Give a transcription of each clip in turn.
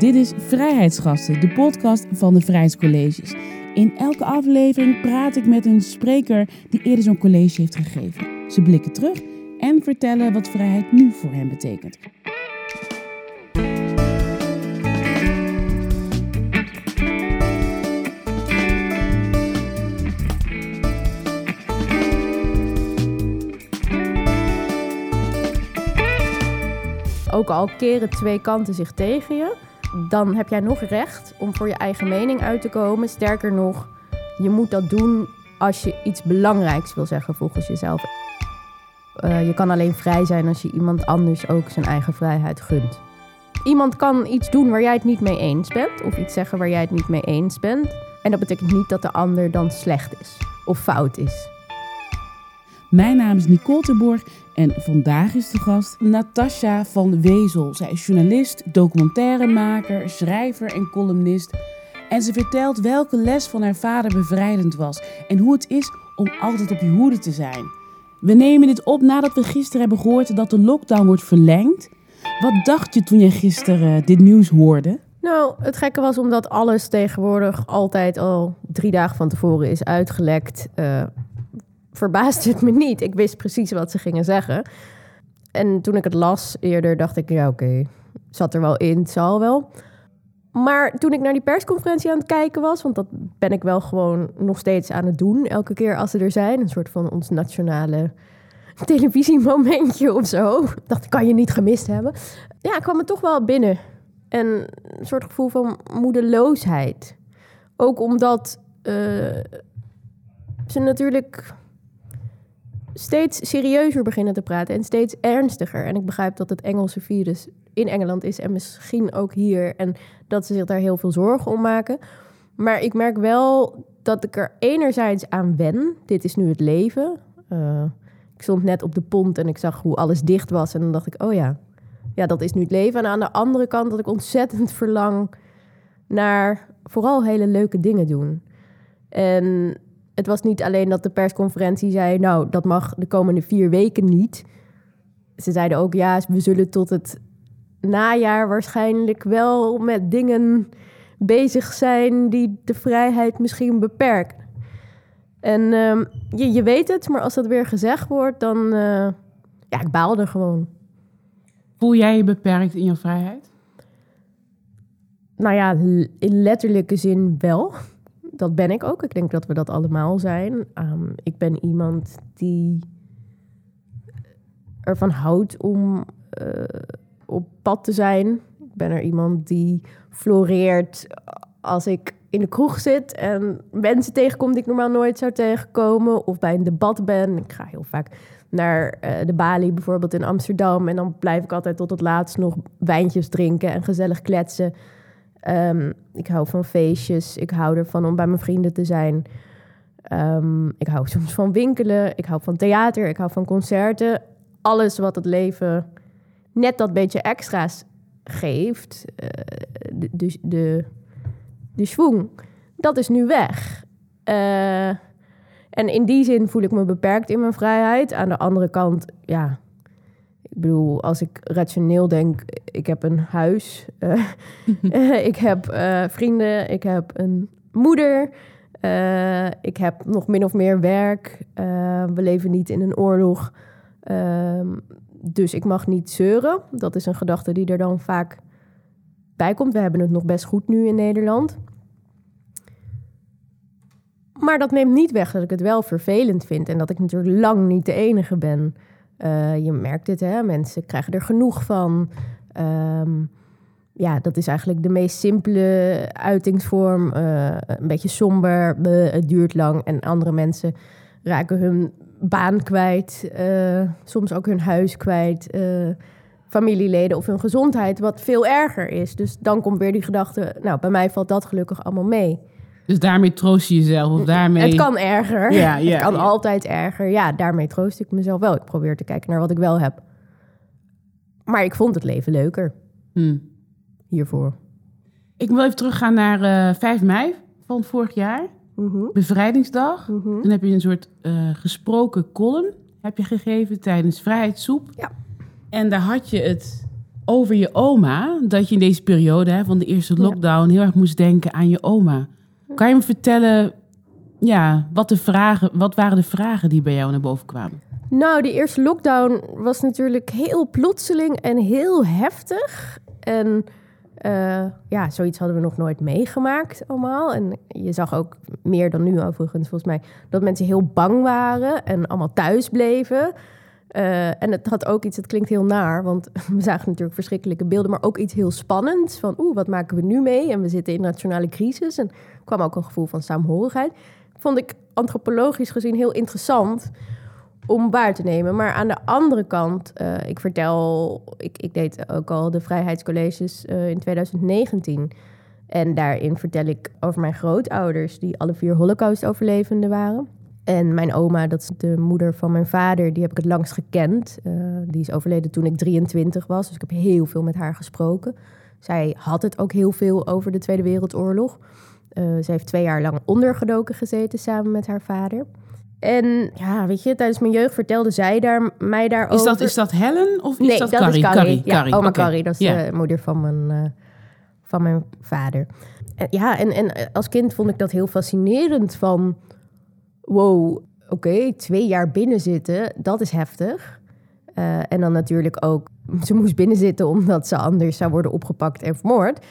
Dit is Vrijheidsgasten, de podcast van de Vrijheidscolleges. In elke aflevering praat ik met een spreker die eerder zo'n college heeft gegeven. Ze blikken terug en vertellen wat vrijheid nu voor hen betekent. Ook al keren twee kanten zich tegen je, dan heb jij nog recht om voor je eigen mening uit te komen. Sterker nog, je moet dat doen als je iets belangrijks wil zeggen volgens jezelf. Je kan alleen vrij zijn als je iemand anders ook zijn eigen vrijheid gunt. Iemand kan iets doen waar jij het niet mee eens bent, of iets zeggen waar jij het niet mee eens bent. En dat betekent niet dat de ander dan slecht is of fout is. Mijn naam is Nicole Terborg en vandaag is de gast Natasja van Wezel. Zij is journalist, documentairemaker, schrijver en columnist. En ze vertelt welke les van haar vader bevrijdend was en hoe het is om altijd op je hoede te zijn. We nemen dit op nadat we gisteren hebben gehoord dat de lockdown wordt verlengd. Wat dacht je toen je gisteren dit nieuws hoorde? Nou, het gekke was omdat alles tegenwoordig altijd al 3 dagen van tevoren is uitgelekt. Verbaasde het me niet. Ik wist precies wat ze gingen zeggen. En toen ik het las eerder, dacht ik, ja oké, zat er wel in, het zal wel. Maar toen ik naar die persconferentie aan het kijken was, want dat ben ik wel gewoon nog steeds aan het doen, elke keer als ze er zijn, een soort van ons nationale televisiemomentje of zo. Dacht ik, kan je niet gemist hebben. Ja, kwam het toch wel binnen. En een soort gevoel van moedeloosheid. Ook omdat ze natuurlijk steeds serieuzer beginnen te praten en steeds ernstiger. En ik begrijp dat het Engelse virus in Engeland is en misschien ook hier. En dat ze zich daar heel veel zorgen om maken. Maar ik merk wel dat ik er enerzijds aan wen. Dit is nu het leven. Ik stond net op de pont en ik zag hoe alles dicht was. En dan dacht ik, oh ja, dat is nu het leven. En aan de andere kant dat ik ontzettend verlang naar vooral hele leuke dingen doen. En het was niet alleen dat de persconferentie zei, nou, dat mag de komende 4 weken niet. Ze zeiden ook, ja, we zullen tot het najaar waarschijnlijk wel met dingen bezig zijn die de vrijheid misschien beperken. En je weet het, maar als dat weer gezegd wordt, dan ik baal er gewoon. Voel jij je beperkt in je vrijheid? Nou ja, in letterlijke zin wel. Dat ben ik ook. Ik denk dat we dat allemaal zijn. Ik ben iemand die ervan houdt om op pad te zijn. Ik ben er iemand die floreert als ik in de kroeg zit en mensen tegenkom die ik normaal nooit zou tegenkomen. Of bij een debat ben. Ik ga heel vaak naar de Bali bijvoorbeeld in Amsterdam. En dan blijf ik altijd tot het laatst nog wijntjes drinken en gezellig kletsen. Ik hou van feestjes. Ik hou ervan om bij mijn vrienden te zijn. Ik hou soms van winkelen. Ik hou van theater. Ik hou van concerten. Alles wat het leven net dat beetje extra's geeft. De schwung. Dat is nu weg. En in die zin voel ik me beperkt in mijn vrijheid. Aan de andere kant, ja, ik bedoel, als ik rationeel denk, ik heb een huis, ik heb vrienden, ik heb een moeder, ik heb nog min of meer werk. We leven niet in een oorlog, dus ik mag niet zeuren. Dat is een gedachte die er dan vaak bij komt. We hebben het nog best goed nu in Nederland. Maar dat neemt niet weg dat ik het wel vervelend vind en dat ik natuurlijk lang niet de enige ben. Je merkt het, hè? Mensen krijgen er genoeg van. Dat is eigenlijk de meest simpele uitingsvorm. Een beetje somber, het duurt lang. En andere mensen raken hun baan kwijt. Soms ook hun huis kwijt. Familieleden of hun gezondheid, wat veel erger is. Dus dan komt weer die gedachte, nou, bij mij valt dat gelukkig allemaal mee. Dus daarmee troost je jezelf? Of daarmee... Het kan erger. Het kan altijd erger. Ja, daarmee troost ik mezelf wel. Ik probeer te kijken naar wat ik wel heb. Maar ik vond het leven leuker. Hiervoor. Ik wil even teruggaan naar 5 mei van vorig jaar. Bevrijdingsdag. Toen heb je een soort gesproken column heb je gegeven tijdens Vrijheidssoep. Ja. En daar had je het over je oma, dat je in deze periode van de eerste lockdown heel erg moest denken aan je oma. Kan je me vertellen, wat waren de vragen die bij jou naar boven kwamen? Nou, die eerste lockdown was natuurlijk heel plotseling en heel heftig. En zoiets hadden we nog nooit meegemaakt allemaal. En je zag ook meer dan nu overigens volgens mij, dat mensen heel bang waren en allemaal thuis bleven. En het had ook iets, het klinkt heel naar, want we zagen natuurlijk verschrikkelijke beelden, maar ook iets heel spannends van, wat maken we nu mee? En we zitten in nationale crisis en er kwam ook een gevoel van saamhorigheid. Vond ik antropologisch gezien heel interessant om waar te nemen. Maar aan de andere kant, ik deed ook al de vrijheidscolleges in 2019. En daarin vertel ik over mijn grootouders, die alle 4 Holocaust-overlevenden waren. En mijn oma, dat is de moeder van mijn vader, die heb ik het langst gekend. Die is overleden toen ik 23 was, dus ik heb heel veel met haar gesproken. Zij had het ook heel veel over de Tweede Wereldoorlog. Ze heeft 2 jaar lang ondergedoken gezeten samen met haar vader. En weet je, tijdens mijn jeugd vertelde zij mij daarover. Is dat Helen of is dat Carrie? Carrie? Ja, oma Okay. Carrie, dat is de moeder van mijn vader. En als kind vond ik dat heel fascinerend van, wow, oké, 2 jaar binnenzitten, dat is heftig. En dan natuurlijk ook, ze moest binnenzitten omdat ze anders zou worden opgepakt en vermoord.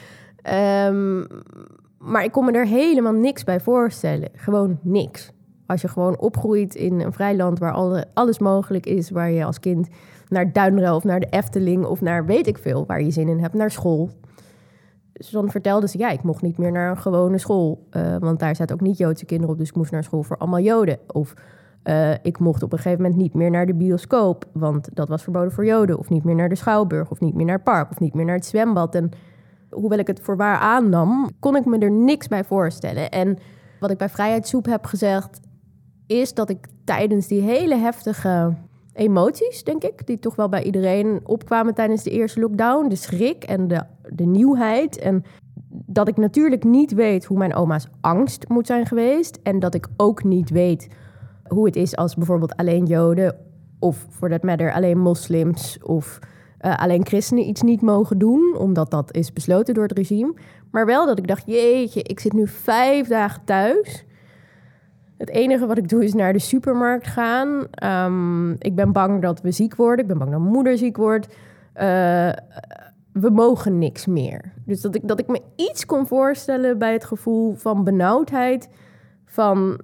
Maar ik kon me er helemaal niks bij voorstellen. Gewoon niks. Als je gewoon opgroeit in een vrij land waar alles mogelijk is, waar je als kind naar Duinruil of naar de Efteling of naar weet ik veel, waar je zin in hebt, naar school. Dus dan vertelde ze, ik mocht niet meer naar een gewone school. Want daar zaten ook niet Joodse kinderen op, dus ik moest naar school voor allemaal Joden. Of ik mocht op een gegeven moment niet meer naar de bioscoop, want dat was verboden voor Joden. Of niet meer naar de Schouwburg, of niet meer naar het park, of niet meer naar het zwembad. En hoewel ik het voor waar aannam, kon ik me er niks bij voorstellen. En wat ik bij Vrijheidssoep heb gezegd, is dat ik tijdens die hele heftige emoties, denk ik, die toch wel bij iedereen opkwamen tijdens de eerste lockdown, de schrik en de nieuwheid, en dat ik natuurlijk niet weet hoe mijn oma's angst moet zijn geweest, en dat ik ook niet weet hoe het is als bijvoorbeeld alleen Joden, of for that matter alleen moslims, of alleen christenen iets niet mogen doen, omdat dat is besloten door het regime. Maar wel dat ik dacht, jeetje, ik zit nu 5 dagen thuis. Het enige wat ik doe is naar de supermarkt gaan. Ik ben bang dat we ziek worden. Ik ben bang dat mijn moeder ziek wordt. We mogen niks meer. Dus dat ik me iets kon voorstellen bij het gevoel van benauwdheid, van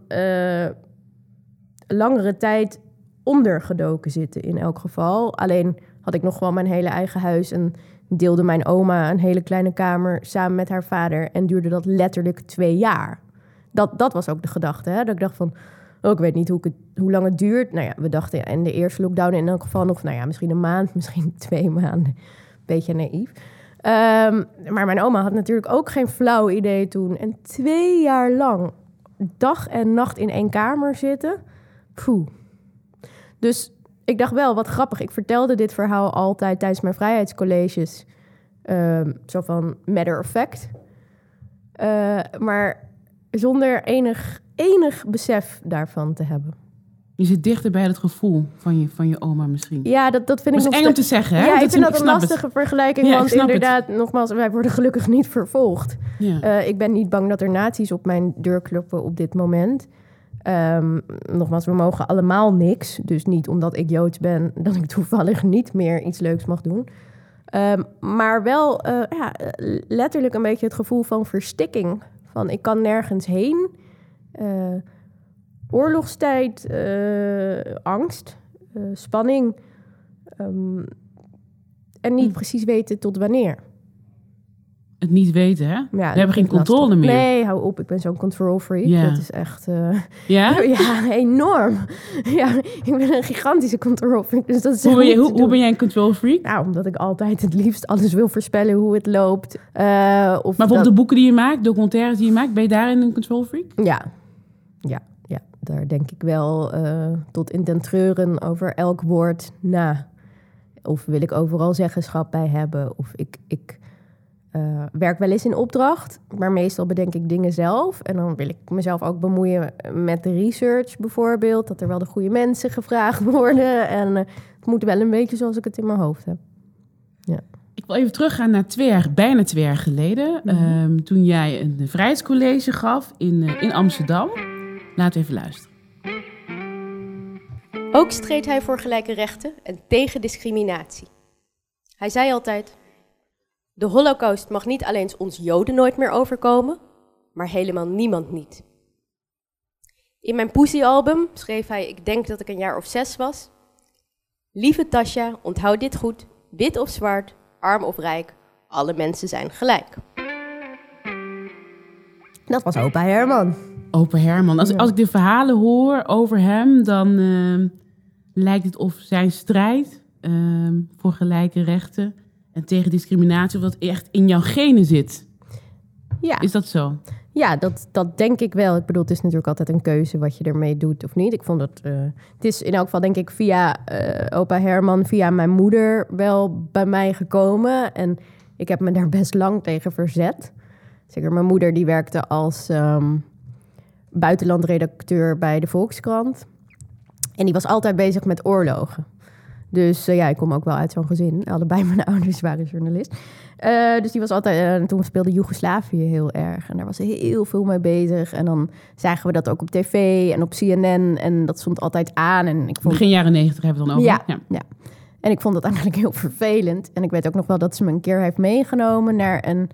langere tijd ondergedoken zitten in elk geval. Alleen had ik nog wel mijn hele eigen huis en deelde mijn oma een hele kleine kamer samen met haar vader en duurde dat letterlijk 2 jaar. Dat was ook de gedachte, hè? Dat ik dacht van, ik weet niet hoe lang het duurt. Nou ja, we dachten in de eerste lockdown in elk geval nog, misschien een maand, misschien 2 maanden. Beetje naïef. Maar mijn oma had natuurlijk ook geen flauw idee toen. En 2 jaar lang dag en nacht in 1 kamer zitten. Poeh. Dus ik dacht wel, wat grappig. Ik vertelde dit verhaal altijd tijdens mijn vrijheidscolleges. Zo van matter of fact. Maar zonder enig besef daarvan te hebben. Je zit dichter bij het gevoel van je oma misschien. Ja, dat vind ik nog eng om te zeggen, hè? Ja, ik vind dat een lastige vergelijking. Ja, want inderdaad, nogmaals, wij worden gelukkig niet vervolgd. Ja. Ik ben niet bang dat er nazi's op mijn deur kloppen op dit moment. Nogmaals, we mogen allemaal niks. Dus niet omdat ik Joods ben, dat ik toevallig niet meer iets leuks mag doen. Maar wel letterlijk een beetje het gevoel van verstikking. Van ik kan nergens heen. Oorlogstijd, angst, spanning. En niet precies weten tot wanneer. Het niet weten, hè? Ja, we hebben geen controle lastig. meer. Nee, hou op. Ik ben zo'n control freak. Ja. Dat is echt... Ja? Ja, enorm. Ja, ik ben een gigantische control freak. Dus dat is hoe ben jij een control freak? Nou, omdat ik altijd het liefst alles wil voorspellen hoe het loopt. Maar bijvoorbeeld de boeken die je maakt, documentaires die je maakt, ben je daarin een control freak? Ja. Daar denk ik wel tot in den treuren over elk woord na. Of wil ik overal zeggenschap bij hebben. Of ik werk wel eens in opdracht, maar meestal bedenk ik dingen zelf. En dan wil ik mezelf ook bemoeien met de research bijvoorbeeld. Dat er wel de goede mensen gevraagd worden. En het moet wel een beetje zoals ik het in mijn hoofd heb. Ja. Ik wil even teruggaan naar bijna 2 jaar geleden. Toen jij een vrijheidscollege gaf in Amsterdam. Laten we even luisteren. Ook streed hij voor gelijke rechten en tegen discriminatie. Hij zei altijd: de Holocaust mag niet alleen ons Joden nooit meer overkomen, maar helemaal niemand niet. In mijn Poesie-album schreef hij, ik denk dat ik een jaar of 6 was: lieve Tasja, onthoud dit goed, wit of zwart, arm of rijk, alle mensen zijn gelijk. Dat was opa Herman. Opa Herman. Als ik de verhalen hoor over hem, dan lijkt het of zijn strijd voor gelijke rechten en tegen discriminatie, of dat echt in jouw genen zit. Ja. Is dat zo? Ja, dat denk ik wel. Ik bedoel, het is natuurlijk altijd een keuze wat je ermee doet of niet. Ik vond het... het is in elk geval, denk ik, via opa Herman, via mijn moeder wel bij mij gekomen. En ik heb me daar best lang tegen verzet. Zeker mijn moeder, die werkte als buitenlandredacteur bij de Volkskrant. En die was altijd bezig met oorlogen. Dus ik kom ook wel uit zo'n gezin. Allebei mijn ouders waren journalist. Dus die was altijd... toen speelde Joegoslavië heel erg. En daar was ze heel veel mee bezig. En dan zagen we dat ook op tv en op CNN. En dat stond altijd aan. En ik vond... Begin jaren 90 hebben we het dan over. Ja. En ik vond dat eigenlijk heel vervelend. En ik weet ook nog wel dat ze me een keer heeft meegenomen naar een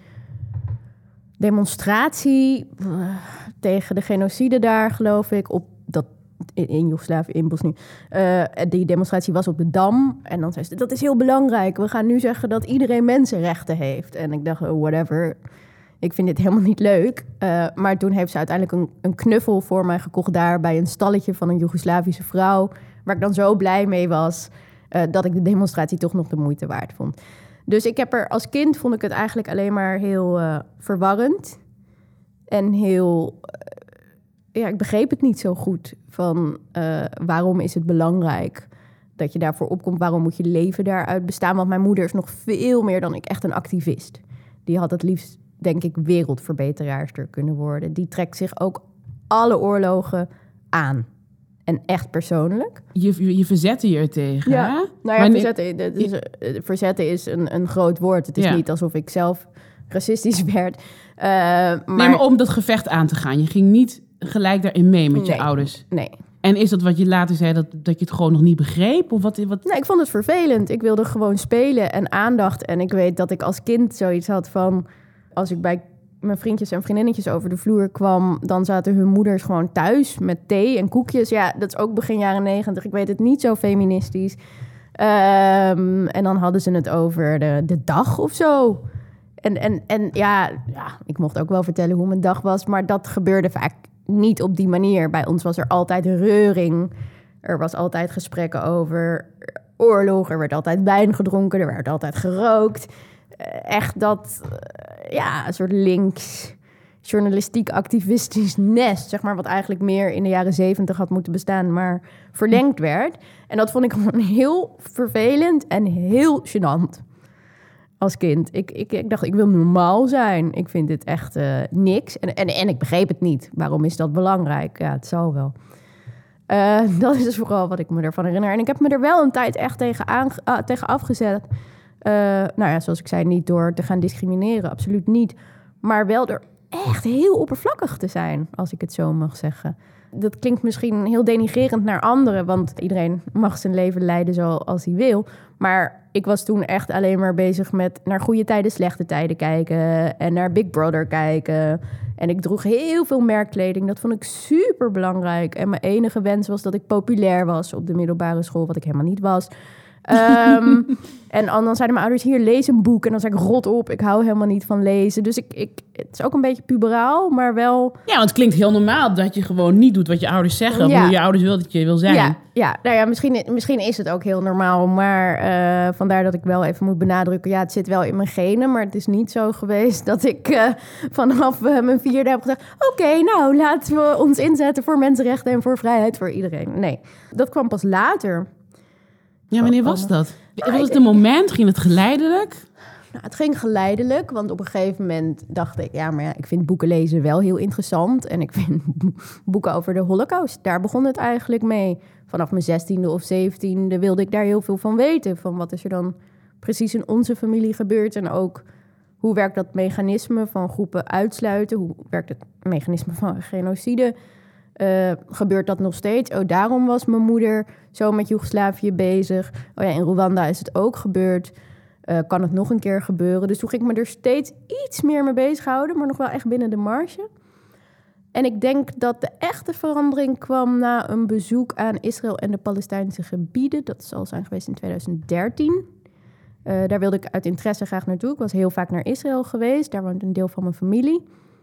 demonstratie tegen de genocide daar, geloof ik, op dat in Joegoslavië, in Bosnië. Die demonstratie was op de Dam. En dan zei ze, dat is heel belangrijk. We gaan nu zeggen dat iedereen mensenrechten heeft. En ik dacht, whatever. Ik vind dit helemaal niet leuk. Maar toen heeft ze uiteindelijk een knuffel voor mij gekocht daar bij een stalletje van een Joegoslavische vrouw. Waar ik dan zo blij mee was dat ik de demonstratie toch nog de moeite waard vond. Dus ik heb als kind vond ik het eigenlijk alleen maar heel verwarrend. En heel... ik begreep het niet zo goed van waarom is het belangrijk dat je daarvoor opkomt. Waarom moet je leven daaruit bestaan? Want mijn moeder is nog veel meer dan ik echt een activist. Die had het liefst, denk ik, wereldverbeteraarster kunnen worden. Die trekt zich ook alle oorlogen aan. En echt persoonlijk. Je verzette je er tegen, ja. Hè? Nou ja, verzetten is een groot woord. Het is niet alsof ik zelf racistisch werd. Maar om dat gevecht aan te gaan. Je ging niet gelijk daarin mee met je ouders. Nee. En is dat wat je later zei, dat je het gewoon nog niet begreep? Of wat? Nee, ik vond het vervelend. Ik wilde gewoon spelen en aandacht. En ik weet dat ik als kind zoiets had van... Als ik bij mijn vriendjes en vriendinnetjes over de vloer kwam... dan zaten hun moeders gewoon thuis met thee en koekjes. Ja, dat is ook begin jaren 90. Ik weet het niet zo feministisch. En dan hadden ze het over de dag of zo. En ja, ik mocht ook wel vertellen hoe mijn dag was... maar dat gebeurde vaak niet op die manier. Bij ons was er altijd reuring. Er was altijd gesprekken over oorlog. Er werd altijd wijn gedronken. Er werd altijd gerookt. Echt dat, een soort links journalistiek activistisch nest, zeg maar, wat eigenlijk meer in de jaren 70 had moeten bestaan, maar verlengd werd. En dat vond ik gewoon heel vervelend en heel gênant als kind. Ik dacht, ik wil normaal zijn. Ik vind dit echt niks. En ik begreep het niet. Waarom is dat belangrijk? Ja, het zal wel. Dat is dus vooral wat ik me ervan herinner. En ik heb me er wel een tijd echt tegen afgezet. Zoals ik zei, niet door te gaan discrimineren. Absoluut niet. Maar wel door echt heel oppervlakkig te zijn, als ik het zo mag zeggen. Dat klinkt misschien heel denigrerend naar anderen, want iedereen mag zijn leven leiden zoals hij wil. Maar ik was toen echt alleen maar bezig met naar goede tijden, slechte tijden kijken en naar Big Brother kijken. En ik droeg heel veel merkkleding. Dat vond ik super belangrijk. En mijn enige wens was dat ik populair was op de middelbare school, wat ik helemaal niet was. En dan zeiden mijn ouders, hier, lees een boek. En dan zei ik, rot op, ik hou helemaal niet van lezen. Dus het is ook een beetje puberaal, maar wel... Ja, want het klinkt heel normaal dat je gewoon niet doet wat je ouders zeggen. Of hoe je ouders wil dat je wil zijn. Ja. Nou ja, misschien is het ook heel normaal. Maar vandaar dat ik wel even moet benadrukken. Ja, het zit wel in mijn genen. Maar het is niet zo geweest dat ik vanaf mijn 4e heb gezegd... Oké, nou, laten we ons inzetten voor mensenrechten en voor vrijheid voor iedereen. Nee, dat kwam pas later... Ja, wanneer was dat? Was het een moment? Ging het geleidelijk? Nou, het ging geleidelijk, want op een gegeven moment dacht ik... ik vind boeken lezen wel heel interessant. En ik vind boeken over de Holocaust, daar begon het eigenlijk mee. Vanaf mijn 16e of 17e wilde ik daar heel veel van weten. Van wat is er dan precies in onze familie gebeurt. En ook hoe werkt dat mechanisme van groepen uitsluiten? Hoe werkt het mechanisme van genocide? Gebeurt dat nog steeds? Oh, daarom was mijn moeder zo met Joegoslavië bezig. Oh ja, in Rwanda is het ook gebeurd. Kan het nog een keer gebeuren? Dus toen ging ik me er steeds iets meer mee bezighouden, maar nog wel echt binnen de marge. En ik denk dat de echte verandering kwam na een bezoek aan Israël en de Palestijnse gebieden. Dat zal zijn geweest in 2013. Daar wilde ik uit interesse graag naartoe. Ik was heel vaak naar Israël geweest. Daar woont een deel van mijn familie.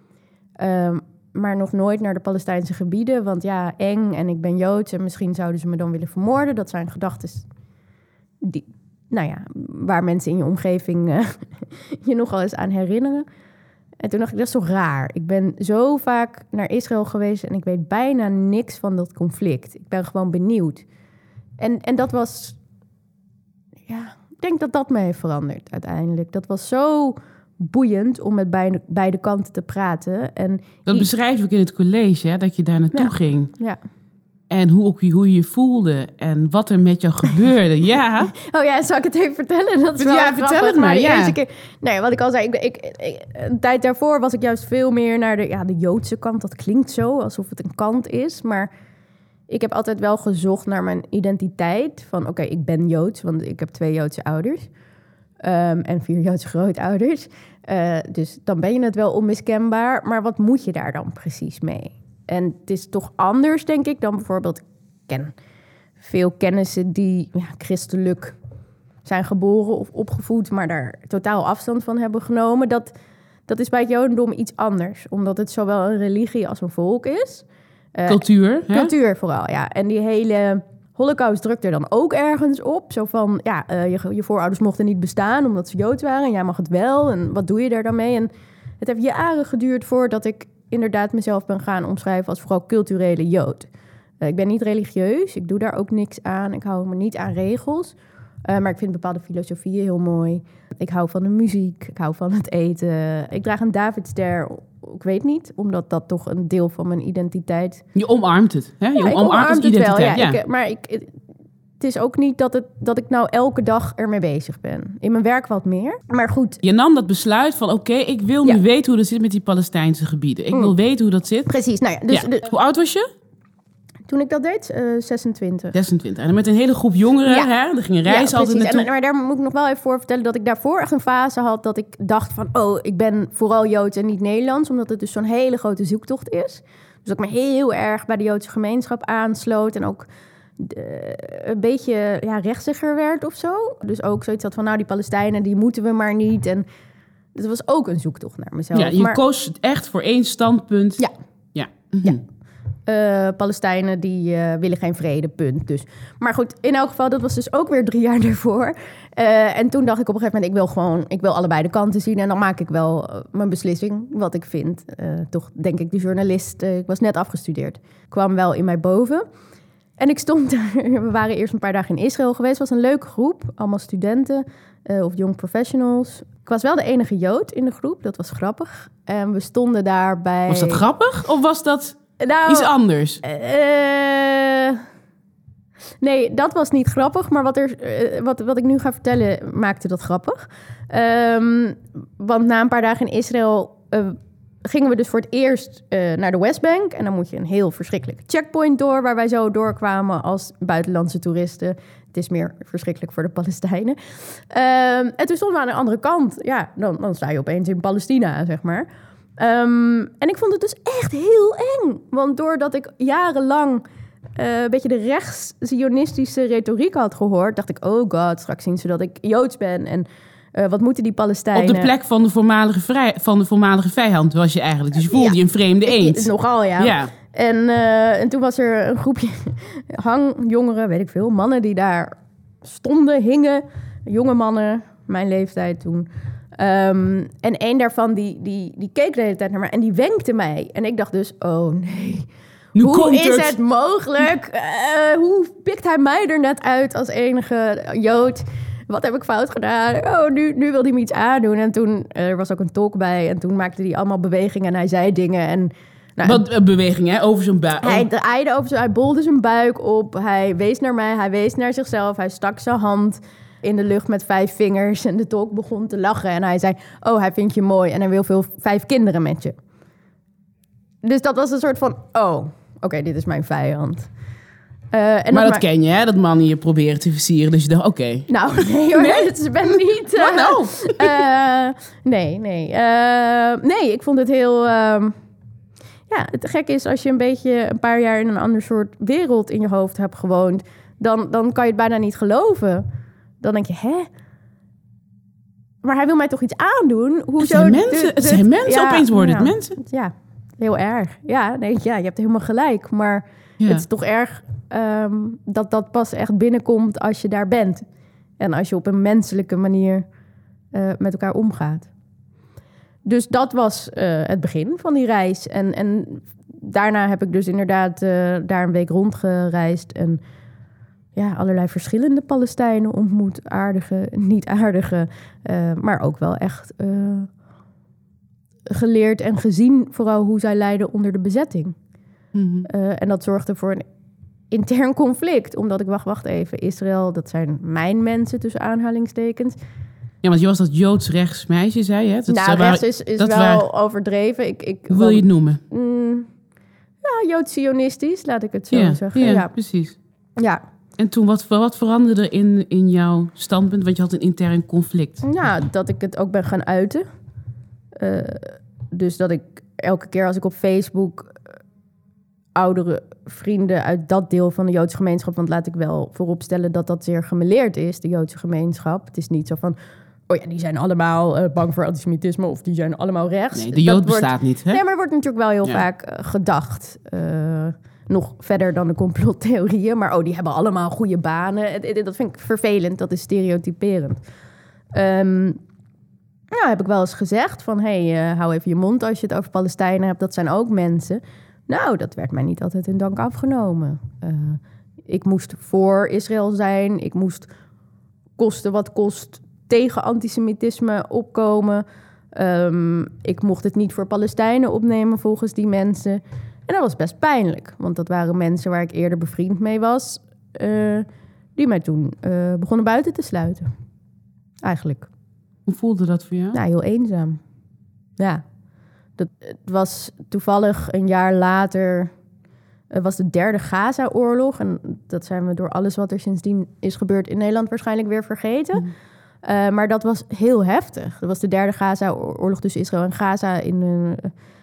Maar nog nooit naar de Palestijnse gebieden. Want ja, eng en ik ben Joods en misschien zouden ze me dan willen vermoorden. Dat zijn gedachten die, waar mensen in je omgeving je nogal eens aan herinneren. En toen dacht ik, dat is toch raar. Ik ben zo vaak naar Israël geweest en ik weet bijna niks van dat conflict. Ik ben gewoon benieuwd. En dat was... Ja, ik denk dat dat me heeft veranderd uiteindelijk. Dat was zo boeiend om met beide kanten te praten. En dat beschrijf ik in het college, hè, dat je daar naartoe ging. Ja. En hoe je je voelde en wat er met jou gebeurde. Ja. Oh ja, zal ik het even vertellen? Dat is wel vertel het maar. De eerste keer, wat ik al zei, een tijd daarvoor was ik juist veel meer naar de Joodse kant. Dat klinkt zo, alsof het een kant is. Maar ik heb altijd wel gezocht naar mijn identiteit. Van oké, ik ben Joods, want ik heb 2 Joodse ouders. En 4 Joodse grootouders. Dus dan ben je het wel onmiskenbaar. Maar wat moet je daar dan precies mee? En het is toch anders, denk ik, dan bijvoorbeeld... Ik ken veel kennissen die christelijk zijn geboren of opgevoed... maar daar totaal afstand van hebben genomen. Dat is bij het Jodendom iets anders. Omdat het zowel een religie als een volk is. Cultuur, hè? Cultuur vooral, ja. En die hele Holocaust drukt er dan ook ergens op. Zo van, je voorouders mochten niet bestaan omdat ze Joods waren... en jij mag het wel, en wat doe je daar dan mee? En het heeft jaren geduurd voordat ik inderdaad mezelf ben gaan omschrijven als vooral culturele Jood. Ik ben niet religieus, ik doe daar ook niks aan. Ik hou me niet aan regels. Maar ik vind bepaalde filosofieën heel mooi. Ik hou van de muziek, ik hou van het eten. Ik draag een Davidster, ik weet niet, omdat dat toch een deel van mijn identiteit... Je omarmt het, hè? Je omarmt als identiteit. Wel, ja. Maar het is ook niet dat ik nou elke dag ermee bezig ben. In mijn werk wat meer, maar goed. Je nam dat besluit van oké, ik wil nu weten hoe dat zit met die Palestijnse gebieden. Ik wil weten hoe dat zit. Precies, Hoe oud was je? Toen ik dat deed, 26. 26. En met een hele groep jongeren, hè? Er ging een reis altijd naartoe. Maar daar moet ik nog wel even voor vertellen dat ik daarvoor echt een fase had dat ik dacht van... ik ben vooral Joods en niet Nederlands, omdat het dus zo'n hele grote zoektocht is. Dus dat ik me heel erg bij de Joodse gemeenschap aansloot en ook een beetje rechtsigger werd of zo. Dus ook zoiets had van, die Palestijnen, die moeten we maar niet. En dat was ook een zoektocht naar mezelf. Ja, je koos echt voor één standpunt. Ja. Ja. Palestijnen die willen geen vrede, punt. Dus. Maar goed, in elk geval, dat was dus ook weer 3 jaar daarvoor. En toen dacht ik op een gegeven moment, ik wil allebei de kanten zien. En dan maak ik wel mijn beslissing, wat ik vind. Toch denk ik, de journalist, ik was net afgestudeerd, kwam wel in mij boven. En ik stond daar, we waren eerst een paar dagen in Israël geweest. Het was een leuke groep, allemaal studenten of young professionals. Ik was wel de enige Jood in de groep, dat was grappig. En we stonden daar bij... Was dat grappig of was dat iets anders? Nee, dat was niet grappig. Maar wat ik nu ga vertellen maakte dat grappig. Want na een paar dagen in Israël gingen we dus voor het eerst naar de Westbank. En dan moet je een heel verschrikkelijke checkpoint door... waar wij zo doorkwamen als buitenlandse toeristen. Het is meer verschrikkelijk voor de Palestijnen. En toen stonden we aan de andere kant. Ja, dan sta je opeens in Palestina, zeg maar. En ik vond het dus echt heel eng. Want doordat ik jarenlang een beetje de rechts-zionistische retoriek had gehoord... dacht ik, oh god, straks zien ze dat ik Joods ben. En wat moeten die Palestijnen... Op de plek van de voormalige vijand was je eigenlijk. Dus je voelde je een vreemde eend. Nogal, ja. En toen was er een groepje hangjongeren, weet ik veel... mannen die daar stonden, hingen. Jonge mannen, mijn leeftijd toen... en een daarvan die keek de hele tijd naar mij en die wenkte mij. En ik dacht dus, oh nee, hoe is het mogelijk? Hoe pikt hij mij er net uit als enige Jood? Wat heb ik fout gedaan? Oh, nu wil hij me iets aandoen. En toen, er was ook een tolk bij en toen maakte hij allemaal bewegingen en hij zei dingen. En, wat bewegingen, over zijn buik? Hij draaide hij bolde zijn buik op, hij wees naar mij, hij wees naar zichzelf, hij stak zijn hand... in de lucht met 5 vingers en de tolk begon te lachen. En hij zei, hij vindt je mooi en hij wil 5 kinderen met je. Dus dat was een soort van, oké, dit is mijn vijand. Maar dat ken je, hè? Dat mannen je proberen te versieren. Dus je dacht, oké. Nou, nee hoor, ik ben niet... Wat nou? Nee, ik vond het heel... het gekke is, als je een paar jaar in een ander soort wereld in je hoofd hebt gewoond, dan kan je het bijna niet geloven. Dan denk je, hè? Maar hij wil mij toch iets aandoen? Hoezo? Het zijn mensen, opeens worden het mensen. Ja, heel erg. Ja, je hebt helemaal gelijk. Maar het is toch erg dat pas echt binnenkomt als je daar bent. En als je op een menselijke manier met elkaar omgaat. Dus dat was het begin van die reis. En daarna heb ik dus inderdaad daar een week rondgereisd. En allerlei verschillende Palestijnen ontmoet. Aardige, niet aardige. Maar ook wel echt geleerd en gezien vooral hoe zij lijden onder de bezetting. Mm-hmm. En dat zorgde voor een intern conflict. Omdat ik, wacht even, Israël, dat zijn mijn mensen tussen aanhalingstekens. Ja, want je was dat Joods-rechts meisje, zei je? Rechts is wel overdreven. Hoe wil je het noemen? Joods-sionistisch, laat ik het zo zeggen. Ja, precies. Ja. En toen, wat veranderde er in jouw standpunt? Want je had een intern conflict. Nou, dat ik het ook ben gaan uiten. Dus dat ik elke keer als ik op Facebook oudere vrienden uit dat deel van de Joodse gemeenschap, want laat ik wel vooropstellen dat dat zeer gemêleerd is, de Joodse gemeenschap. Het is niet zo van, die zijn allemaal bang voor antisemitisme of die zijn allemaal rechts. Nee, de Jood bestaat niet, hè? Nee, maar er wordt natuurlijk wel heel vaak gedacht. Nog verder dan de complottheorieën. Maar die hebben allemaal goede banen. Dat vind ik vervelend. Dat is stereotyperend. Heb ik wel eens gezegd van, hou even je mond als je het over Palestijnen hebt. Dat zijn ook mensen. Nou, dat werd mij niet altijd in dank afgenomen. Ik moest voor Israël zijn. Ik moest koste wat kost tegen antisemitisme opkomen. Ik mocht het niet voor Palestijnen opnemen volgens die mensen. En dat was best pijnlijk. Want dat waren mensen waar ik eerder bevriend mee was. Die mij toen begonnen buiten te sluiten. Eigenlijk. Hoe voelde dat voor jou? Nou, heel eenzaam. Ja. Het was toevallig een jaar later. Was de 3e Gaza-oorlog. En dat zijn we door alles wat er sindsdien is gebeurd in Nederland waarschijnlijk weer vergeten. Maar dat was heel heftig. Dat was de 3e Gaza-oorlog tussen Israël en Gaza in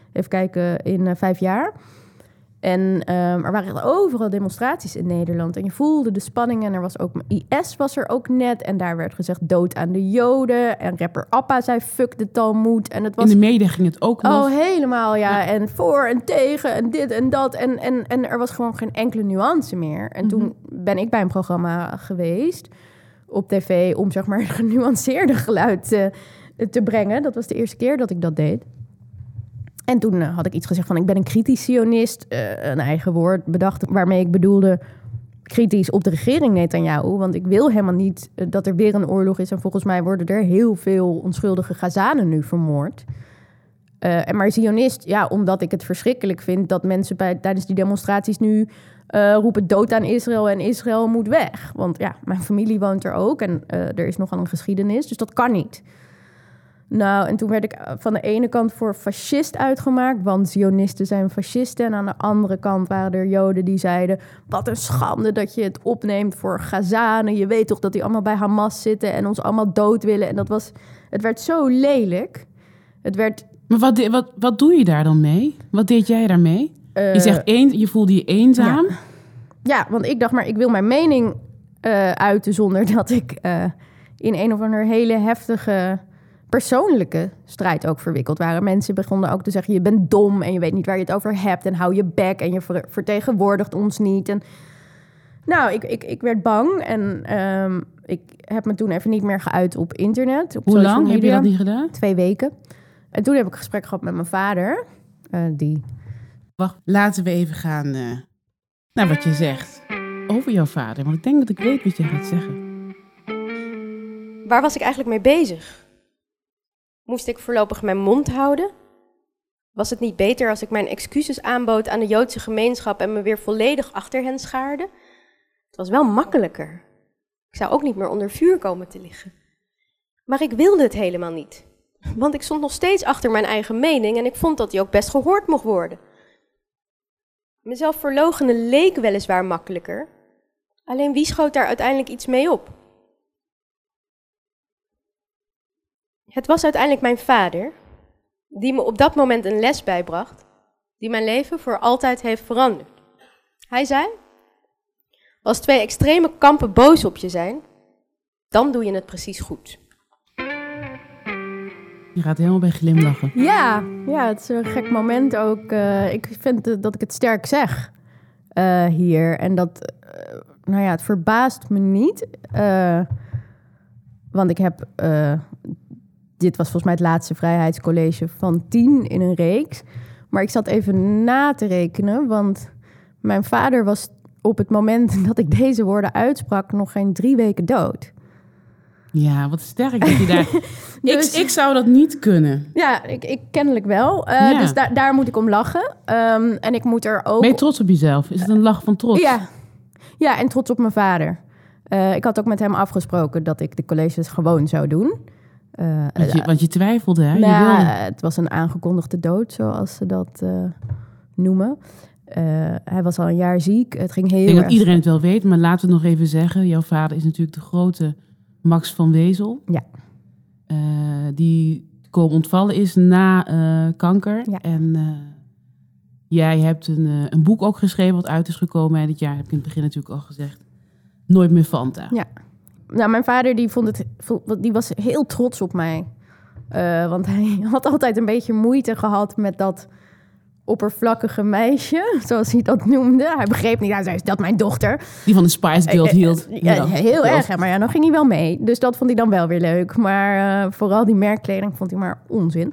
5 jaar. En er waren overal demonstraties in Nederland. En je voelde de spanning. En er was ook IS was er ook net. En daar werd gezegd dood aan de Joden. En rapper Appa zei fuck de Talmoed. En het was... In de media ging het ook nog. Oh, helemaal, ja. En voor en tegen en dit en dat. En er was gewoon geen enkele nuance meer. En toen ben ik bij een programma geweest op tv om zeg maar een genuanceerde geluid te brengen. Dat was de eerste keer dat ik dat deed. En toen had ik iets gezegd van, ik ben een kritisch sionist. Een eigen woord bedacht, waarmee ik bedoelde kritisch op de regering Netanyahu. Want ik wil helemaal niet dat er weer een oorlog is. En volgens mij worden er heel veel onschuldige Gazanen nu vermoord. Maar sionist, omdat ik het verschrikkelijk vind dat mensen tijdens die demonstraties nu roepen dood aan Israël en Israël moet weg. Want mijn familie woont er ook en er is nogal een geschiedenis, dus dat kan niet. Nou, en toen werd ik van de ene kant voor fascist uitgemaakt, want Zionisten zijn fascisten. En aan de andere kant waren er Joden die zeiden, wat een schande dat je het opneemt voor Gazanen. Je weet toch dat die allemaal bij Hamas zitten en ons allemaal dood willen. En het werd zo lelijk. Maar wat doe je daar dan mee? Wat deed jij daarmee? Je zegt je voelde je eenzaam. Ja, want ik dacht maar, ik wil mijn mening uiten zonder dat ik in een of andere hele heftige persoonlijke strijd ook verwikkeld waren. Mensen begonnen ook te zeggen, je bent dom en je weet niet waar je het over hebt en hou je bek en je vertegenwoordigt ons niet. En nou, ik werd bang en ik heb me toen even niet meer geuit op internet. Op Hoe lang heb je dat niet gedaan? 2 weken. En toen heb ik een gesprek gehad met mijn vader. Wacht, laten we even gaan naar wat je zegt over jouw vader. Want ik denk dat ik weet wat je gaat zeggen. Waar was ik eigenlijk mee bezig? Moest ik voorlopig mijn mond houden? Was het niet beter als ik mijn excuses aanbood aan de Joodse gemeenschap en me weer volledig achter hen schaarde? Het was wel makkelijker. Ik zou ook niet meer onder vuur komen te liggen. Maar ik wilde het helemaal niet. Want ik stond nog steeds achter mijn eigen mening en ik vond dat die ook best gehoord mocht worden. Mezelf verloochenen leek weliswaar makkelijker. Alleen wie schoot daar uiteindelijk iets mee op? Het was uiteindelijk mijn vader, die me op dat moment een les bijbracht, die mijn leven voor altijd heeft veranderd. Hij zei, als 2 extreme kampen boos op je zijn, dan doe je het precies goed. Je gaat helemaal bij glimlachen. Ja, het is een gek moment ook. Ik vind dat ik het sterk zeg hier. En dat, het verbaast me niet. Want ik heb, dit was volgens mij het laatste vrijheidscollege van 10 in een reeks. Maar ik zat even na te rekenen, want mijn vader was op het moment dat ik deze woorden uitsprak nog geen 3 weken dood. Ja, wat sterk dat je daar... Dus, ik zou dat niet kunnen. Ja, ik kennelijk wel. Dus daar moet ik om lachen. En ik moet er ook... Ben je trots op jezelf? Is het een lach van trots? Ja, en trots op mijn vader. Ik had ook met hem afgesproken dat ik de colleges gewoon zou doen. Want je twijfelde, hè? Het was een aangekondigde dood, zoals ze dat noemen. Hij was al een jaar ziek. Het ging heel erg... Ik denk dat iedereen het wel weet, maar laten we het nog even zeggen. Jouw vader is natuurlijk de grote Max van Wezel. Ja. Die komen ontvallen is na kanker. Ja. En jij hebt een boek ook geschreven wat uit is gekomen dit jaar. Heb ik in het begin natuurlijk al gezegd. Nooit meer Fanta. Ja. Nou, mijn vader die was heel trots op mij. Want hij had altijd een beetje moeite gehad met dat oppervlakkige meisje, zoals hij dat noemde. Hij begreep niet, hij zei, is dat mijn dochter? Die van de Spice Girls hield. Heel erg, hè? Maar dan ging hij wel mee. Dus dat vond hij dan wel weer leuk. Maar vooral die merkkleding vond hij maar onzin.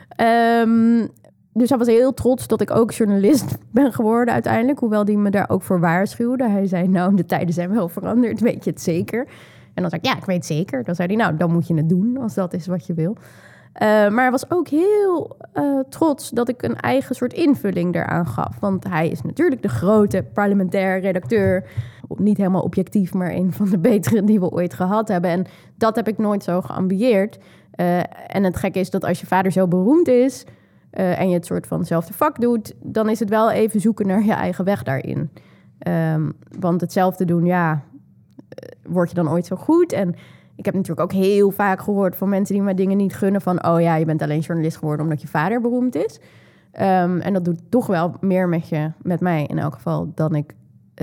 Dus hij was heel trots dat ik ook journalist ben geworden uiteindelijk. Hoewel hij me daar ook voor waarschuwde. Hij zei, nou, de tijden zijn wel veranderd, weet je het zeker? En dan zei ik, ja, ik weet het zeker. Dan zei hij, nou, dan moet je het doen als dat is wat je wil. Maar hij was ook heel trots dat ik een eigen soort invulling eraan gaf. Want hij is natuurlijk de grote parlementair redacteur. Niet helemaal objectief, maar een van de betere die we ooit gehad hebben. En dat heb ik nooit zo geambieerd. En het gekke is dat als je vader zo beroemd is en je het soort van hetzelfde vak doet, dan is het wel even zoeken naar je eigen weg daarin. Want hetzelfde doen, word je dan ooit zo goed? En ik heb natuurlijk ook heel vaak gehoord van mensen die mij dingen niet gunnen van, oh ja, je bent alleen journalist geworden omdat je vader beroemd is. En dat doet toch wel meer met mij in elk geval dan ik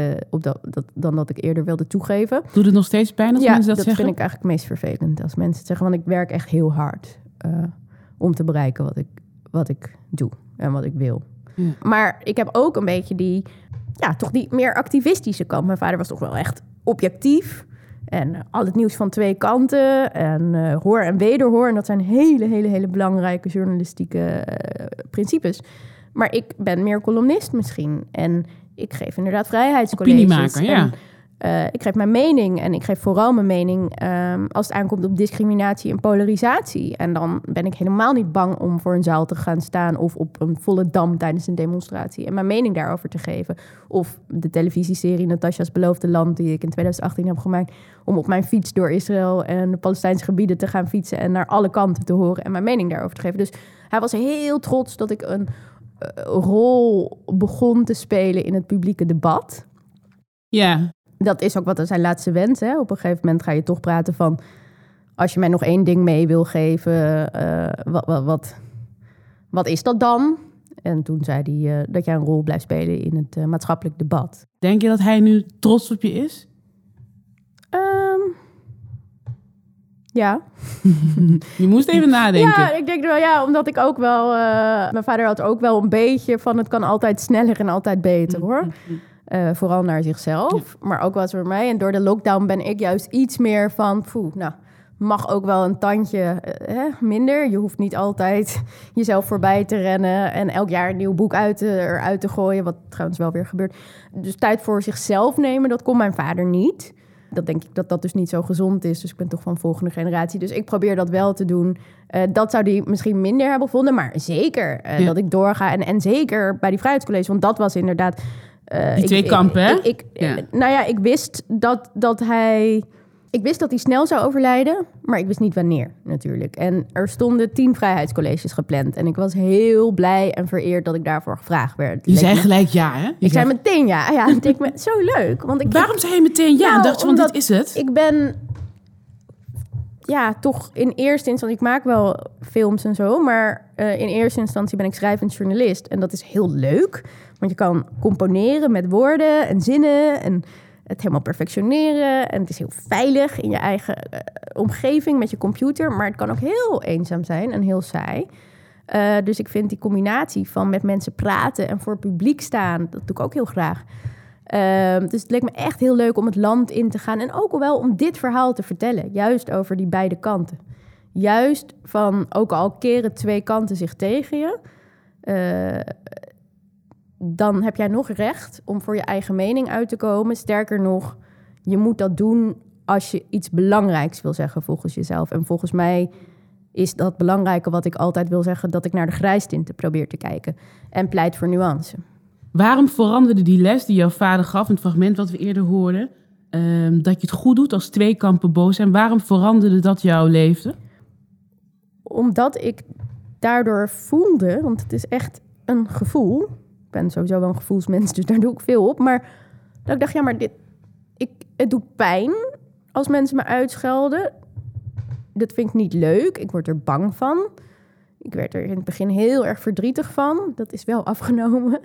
dan dat ik eerder wilde toegeven. Doet het nog steeds pijn als mensen dat zeggen? Ja, dat vind ik eigenlijk het meest vervelend als mensen het zeggen. Want ik werk echt heel hard om te bereiken wat ik doe en wat ik wil. Ja. Maar ik heb ook een beetje die meer activistische kant. Mijn vader was toch wel echt objectief. En al het nieuws van 2 kanten. En hoor en wederhoor. En dat zijn hele, hele, hele belangrijke journalistieke principes. Maar ik ben meer columnist misschien. En ik geef inderdaad vrijheidscolleges. Opiniemaker, ja. Ik geef mijn mening. En ik geef vooral mijn mening als het aankomt op discriminatie en polarisatie. En dan ben ik helemaal niet bang om voor een zaal te gaan staan of op een volle dam tijdens een demonstratie en mijn mening daarover te geven. Of de televisieserie Natasja's Beloofde Land, die ik in 2018 heb gemaakt, om op mijn fiets door Israël en de Palestijnse gebieden te gaan fietsen en naar alle kanten te horen en mijn mening daarover te geven. Dus hij was heel trots dat ik een rol begon te spelen in het publieke debat. Ja. Dat is ook wat zijn laatste wens. Hè? Op een gegeven moment ga je toch praten van, als je mij nog 1 ding mee wil geven, wat is dat dan? En toen zei hij dat jij een rol blijft spelen in het maatschappelijk debat. Denk je dat hij nu trots op je is? Ja. Je moest even nadenken. Ja, ik denk wel omdat ik ook wel... mijn vader had ook wel een beetje van, het kan altijd sneller en altijd beter, hoor. Vooral naar zichzelf, maar ook wat voor mij. En door de lockdown ben ik juist iets meer van, mag ook wel een tandje minder. Je hoeft niet altijd jezelf voorbij te rennen en elk jaar een nieuw boek eruit te gooien, wat trouwens wel weer gebeurt. Dus tijd voor zichzelf nemen, dat kon mijn vader niet. Dat denk ik dat dus niet zo gezond is. Dus ik ben toch van volgende generatie. Dus ik probeer dat wel te doen. Dat zou die misschien minder hebben gevonden, maar zeker dat ik doorga. En zeker bij die vrijheidscolleges, want dat was inderdaad... die 2 kampen, hè? Nou ja, ik wist dat hij Ik wist dat hij snel zou overlijden, maar ik wist niet wanneer natuurlijk. En er stonden 10 vrijheidscolleges gepland. En ik was heel blij en vereerd dat ik daarvoor gevraagd werd. Je zei gelijk ja, hè? Ik zei meteen ja. Ja, het leek me zo leuk. Want Waarom zei je meteen ja? Nou, Dacht je, want dit is het? Ik ben toch in eerste instantie... Ik maak wel films en zo, maar in eerste instantie ben ik schrijvend journalist. En dat is heel leuk, want je kan componeren met woorden en zinnen en het helemaal perfectioneren. En het is heel veilig in je eigen omgeving met je computer. Maar het kan ook heel eenzaam zijn en heel saai. Dus ik vind die combinatie van met mensen praten en voor het publiek staan, dat doe ik ook heel graag. Dus het leek me echt heel leuk om het land in te gaan. En ook al wel om dit verhaal te vertellen. Juist over die beide kanten. Juist van, ook al keren 2 kanten zich tegen je, dan heb jij nog recht om voor je eigen mening uit te komen. Sterker nog, je moet dat doen als je iets belangrijks wil zeggen volgens jezelf. En volgens mij is dat belangrijke wat ik altijd wil zeggen, dat ik naar de grijstinten probeer te kijken. En pleit voor nuance. Waarom veranderde die les die jouw vader gaf, in het fragment wat we eerder hoorden, dat je het goed doet als 2 kampen boos zijn? Waarom veranderde dat jouw leven? Omdat ik daardoor voelde, want het is echt een gevoel. Ik ben sowieso wel een gevoelsmens, dus daar doe ik veel op. Maar dat ik dacht, ja, maar het doet pijn als mensen me uitschelden. Dat vind ik niet leuk. Ik word er bang van. Ik werd er in het begin heel erg verdrietig van. Dat is wel afgenomen.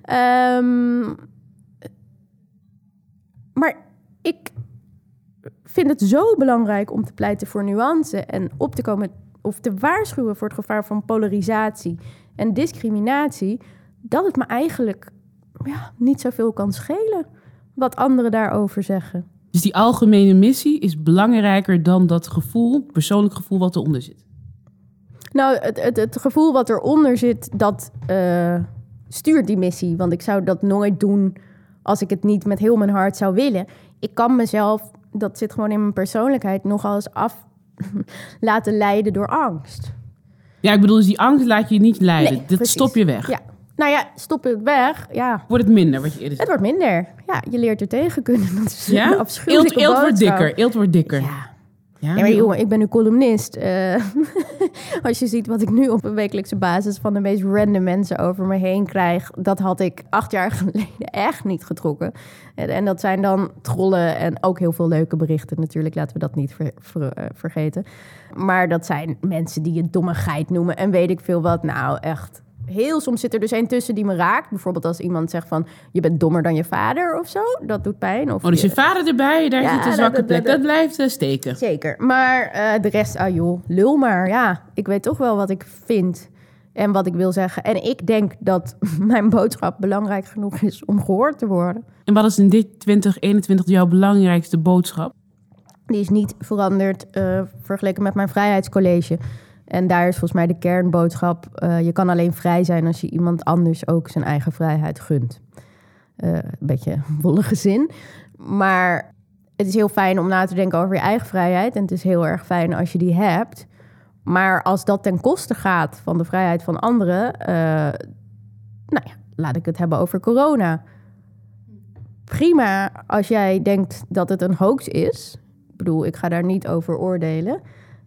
Maar ik vind het zo belangrijk om te pleiten voor nuance en op te komen of te waarschuwen voor het gevaar van polarisatie en discriminatie, dat het me eigenlijk niet zoveel kan schelen wat anderen daarover zeggen. Dus die algemene missie is belangrijker dan dat gevoel, persoonlijk gevoel wat eronder zit? Nou, het gevoel wat eronder zit, dat stuurt die missie. Want ik zou dat nooit doen als ik het niet met heel mijn hart zou willen. Ik kan mezelf, dat zit gewoon in mijn persoonlijkheid, nogal eens af laten leiden door angst. Ja, ik bedoel, dus die angst laat je niet leiden. Nee, dat precies. stop je weg. Ja. Nou ja, stop het weg. Ja. Wordt het minder, wat je eerder zei? Het wordt minder. Ja, je leert er tegen kunnen. Dat is ja? een afschuwelijke Eelt wordt boodschap. dikker. Eelt wordt dikker. Ja. Ja, maar jongen, ik ben nu columnist. Als je ziet wat ik nu op een wekelijkse basis van de meest random mensen over me heen krijg, dat had ik 8 jaar geleden echt niet getrokken. En dat zijn dan trollen en ook heel veel leuke berichten natuurlijk. Laten we dat niet vergeten. Maar dat zijn mensen die je domme geit noemen en weet ik veel wat. Nou, echt. Heel soms zit er dus één tussen die me raakt. Bijvoorbeeld als iemand zegt van, je bent dommer dan je vader of zo. Dat doet pijn. Of dus je vader erbij, daar zit een zwakke plek. Dat blijft steken. Zeker. Maar de rest, joh, lul maar. Ja, ik weet toch wel wat ik vind en wat ik wil zeggen. En ik denk dat mijn boodschap belangrijk genoeg is om gehoord te worden. En wat is in dit 2021 jouw belangrijkste boodschap? Die is niet veranderd vergeleken met mijn vrijheidscollege. En daar is volgens mij de kernboodschap, je kan alleen vrij zijn als je iemand anders ook zijn eigen vrijheid gunt. Een beetje wollige zin. Maar het is heel fijn om na te denken over je eigen vrijheid. En het is heel erg fijn als je die hebt. Maar als dat ten koste gaat van de vrijheid van anderen, laat ik het hebben over corona. Prima als jij denkt dat het een hoax is. Ik bedoel, ik ga daar niet over oordelen.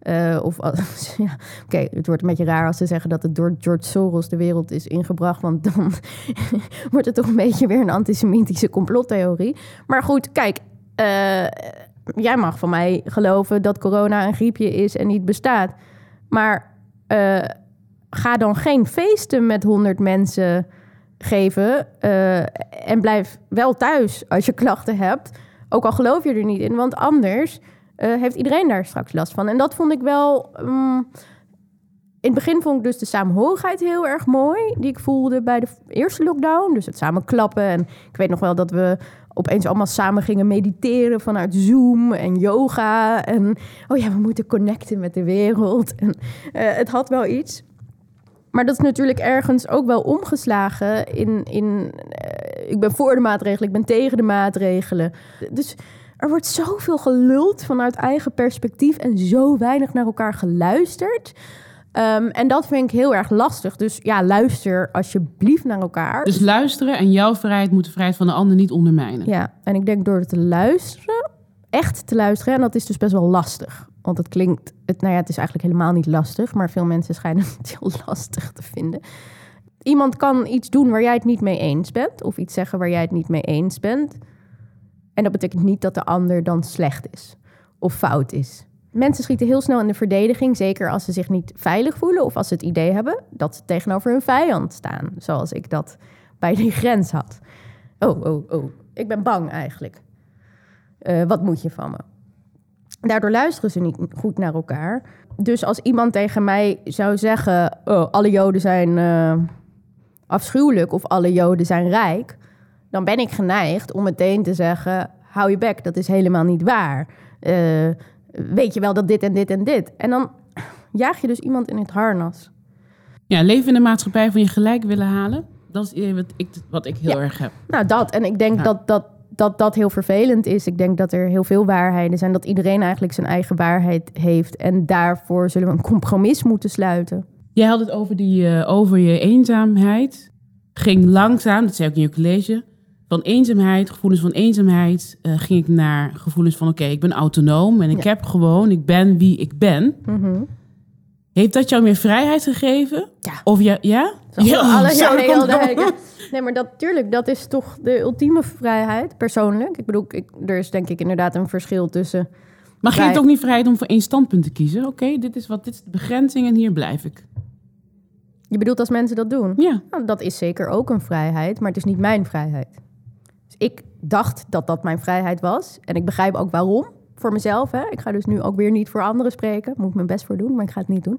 Oké, het wordt een beetje raar als ze zeggen dat het door George Soros de wereld is ingebracht, want dan wordt het toch een beetje weer een antisemitische complottheorie. Maar goed, kijk, jij mag van mij geloven dat corona een griepje is en niet bestaat. Maar ga dan geen feesten met 100 mensen geven en blijf wel thuis als je klachten hebt. Ook al geloof je er niet in, want anders heeft iedereen daar straks last van. En dat vond ik wel... in het begin vond ik dus de samenhorigheid heel erg mooi, die ik voelde bij de eerste lockdown. Dus het samen klappen. En ik weet nog wel dat we opeens allemaal samen gingen mediteren vanuit Zoom en yoga. En we moeten connecten met de wereld. En het had wel iets. Maar dat is natuurlijk ergens ook wel omgeslagen in ik ben voor de maatregelen, ik ben tegen de maatregelen. Dus er wordt zoveel geluld vanuit eigen perspectief en zo weinig naar elkaar geluisterd. En dat vind ik heel erg lastig. Dus ja, luister alsjeblieft naar elkaar. Dus luisteren en jouw vrijheid moet de vrijheid van de ander niet ondermijnen. Ja, en ik denk door te luisteren echt te luisteren. En dat is dus best wel lastig. Want het klinkt, het is eigenlijk helemaal niet lastig. Maar veel mensen schijnen het heel lastig te vinden. Iemand kan iets doen waar jij het niet mee eens bent. Of iets zeggen waar jij het niet mee eens bent. En dat betekent niet dat de ander dan slecht is. Of fout is. Mensen schieten heel snel in de verdediging. Zeker als ze zich niet veilig voelen. Of als ze het idee hebben dat ze tegenover hun vijand staan. Zoals ik dat bij die grens had. Oh. Ik ben bang eigenlijk. Wat moet je van me? Daardoor luisteren ze niet goed naar elkaar. Dus als iemand tegen mij zou zeggen... alle Joden zijn afschuwelijk of alle Joden zijn rijk... dan ben ik geneigd om meteen te zeggen... hou je bek, dat is helemaal niet waar. Weet je wel dat dit en dit en dit. En dan jaag je dus iemand in het harnas. Ja, leven in een maatschappij van je gelijk willen halen... dat is wat ik heel erg heb. Nou, dat. En ik denk dat heel vervelend is. Ik denk dat er heel veel waarheden zijn. Dat iedereen eigenlijk zijn eigen waarheid heeft. En daarvoor zullen we een compromis moeten sluiten. Jij had het over je eenzaamheid. Ging langzaam, dat zei ik in je college... van eenzaamheid, gevoelens van eenzaamheid... ging ik naar gevoelens van... oké, ik ben autonoom en ik ben wie ik ben. Mm-hmm. Heeft dat jou meer vrijheid gegeven? Ja. Of ja? Nee, maar dat is toch de ultieme vrijheid, persoonlijk. Ik bedoel, er is denk ik inderdaad een verschil tussen... Maar geeft het ook niet vrijheid om voor één standpunt te kiezen? Oké, dit is de begrenzing en hier blijf ik. Je bedoelt als mensen dat doen? Ja. Nou, dat is zeker ook een vrijheid, maar het is niet mijn vrijheid. Dus ik dacht dat dat mijn vrijheid was. En ik begrijp ook waarom, voor mezelf. Hè? Ik ga dus nu ook weer niet voor anderen spreken. Moet ik mijn best voor doen, maar ik ga het niet doen.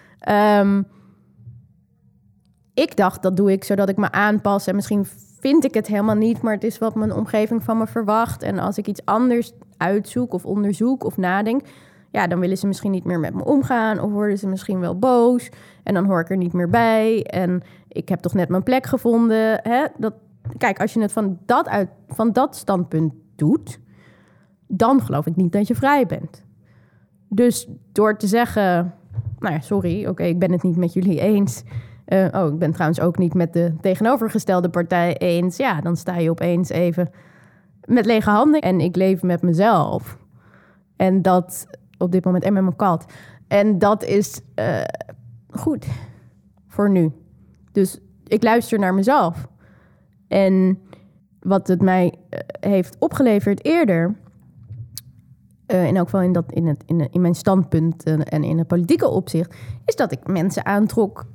Ik dacht, dat doe ik zodat ik me aanpas. En misschien vind ik het helemaal niet, maar het is wat mijn omgeving van me verwacht. En als ik iets anders uitzoek of onderzoek of nadenk... ja, dan willen ze misschien niet meer met me omgaan... of worden ze misschien wel boos. En dan hoor ik er niet meer bij. En ik heb toch net mijn plek gevonden. Hè? Kijk, als je het van dat standpunt doet... dan geloof ik niet dat je vrij bent. Dus door te zeggen... nou ja, sorry, oké, ik ben het niet met jullie eens... ik ben trouwens ook niet met de tegenovergestelde partij eens... ja, dan sta je opeens even met lege handen... en ik leef met mezelf. En dat op dit moment... en met mijn kat. En dat is goed voor nu. Dus ik luister naar mezelf. En wat het mij heeft opgeleverd eerder... in elk geval in mijn standpunt en in het politieke opzicht... is dat ik mensen aantrok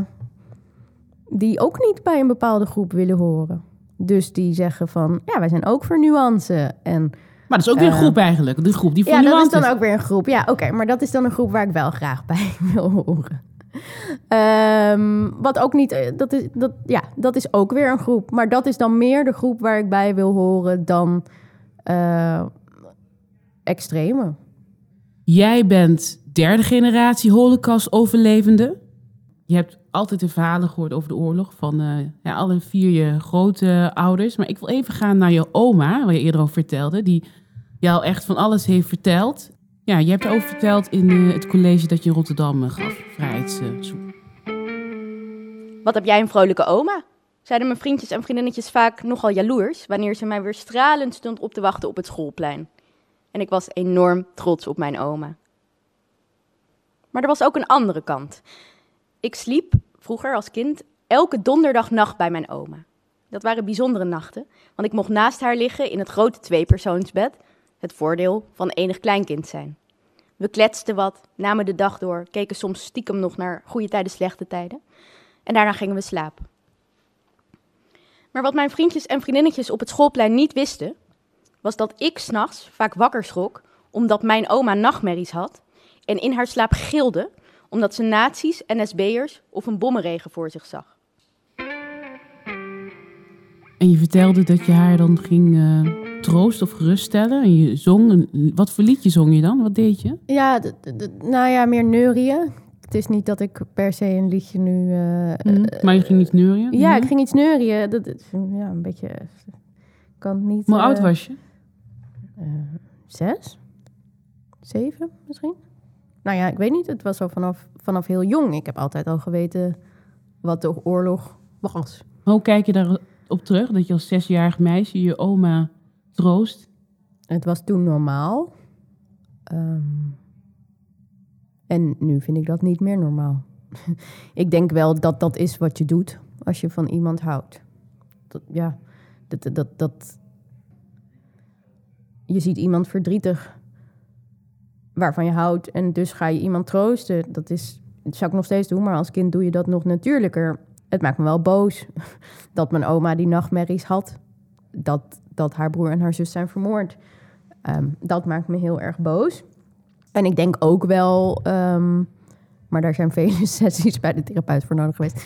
die ook niet bij een bepaalde groep willen horen. Dus die zeggen van, ja, wij zijn ook voor nuance. Maar dat is ook weer een groep eigenlijk. De groep die voor nuance is. Ja, dat is dan ook weer een groep. Ja, oké, maar dat is dan een groep waar ik wel graag bij wil horen. Wat ook niet, dat is ook weer een groep. Maar dat is dan meer de groep waar ik bij wil horen dan extreme. Jij bent 3e generatie Holocaust-overlevende. Je hebt altijd de verhalen gehoord over de oorlog van alle 4 je grote ouders. Maar ik wil even gaan naar je oma, waar je eerder over vertelde, die jou echt van alles heeft verteld. Ja, je hebt erover verteld in het college dat je in Rotterdam gaf, vrijheidszoek. Wat heb jij een vrolijke oma? Zeiden mijn vriendjes en vriendinnetjes vaak nogal jaloers wanneer ze mij weer stralend stond op te wachten op het schoolplein. En ik was enorm trots op mijn oma. Maar er was ook een andere kant. Ik sliep vroeger als kind elke donderdagnacht bij mijn oma. Dat waren bijzondere nachten, want ik mocht naast haar liggen in het grote 2-persoonsbed. Het voordeel van enig kleinkind zijn. We kletsten wat, namen de dag door, keken soms stiekem nog naar goede tijden, slechte tijden. En daarna gingen we slapen. Maar wat mijn vriendjes en vriendinnetjes op het schoolplein niet wisten, was dat ik 's nachts vaak wakker schrok omdat mijn oma nachtmerries had en in haar slaap gilde omdat ze nazi's, NSB'ers of een bommenregen voor zich zag. En je vertelde dat je haar dan ging troosten of geruststellen. En je zong. Wat voor liedje zong je dan? Wat deed je? Ja, meer neurieën. Het is niet dat ik per se een liedje nu... Maar je ging iets neurieën? Ja, ik ging iets neurieën. Dat is een beetje... Kan niet... Hoe oud was je? 6? 7 misschien? Nou ja, ik weet niet. Het was zo vanaf heel jong. Ik heb altijd al geweten wat de oorlog was. Hoe kijk je daarop terug? Dat je als 6-jarig meisje je oma troost? Het was toen normaal. En nu vind ik dat niet meer normaal. Ik denk wel dat dat is wat je doet als je van iemand houdt. Dat je ziet iemand verdrietig waarvan je houdt en dus ga je iemand troosten. Dat zou ik nog steeds doen, maar als kind doe je dat nog natuurlijker. Het maakt me wel boos dat mijn oma die nachtmerries had. Dat haar broer en haar zus zijn vermoord. Dat maakt me heel erg boos. En ik denk ook wel, maar daar zijn vele sessies bij de therapeut voor nodig geweest.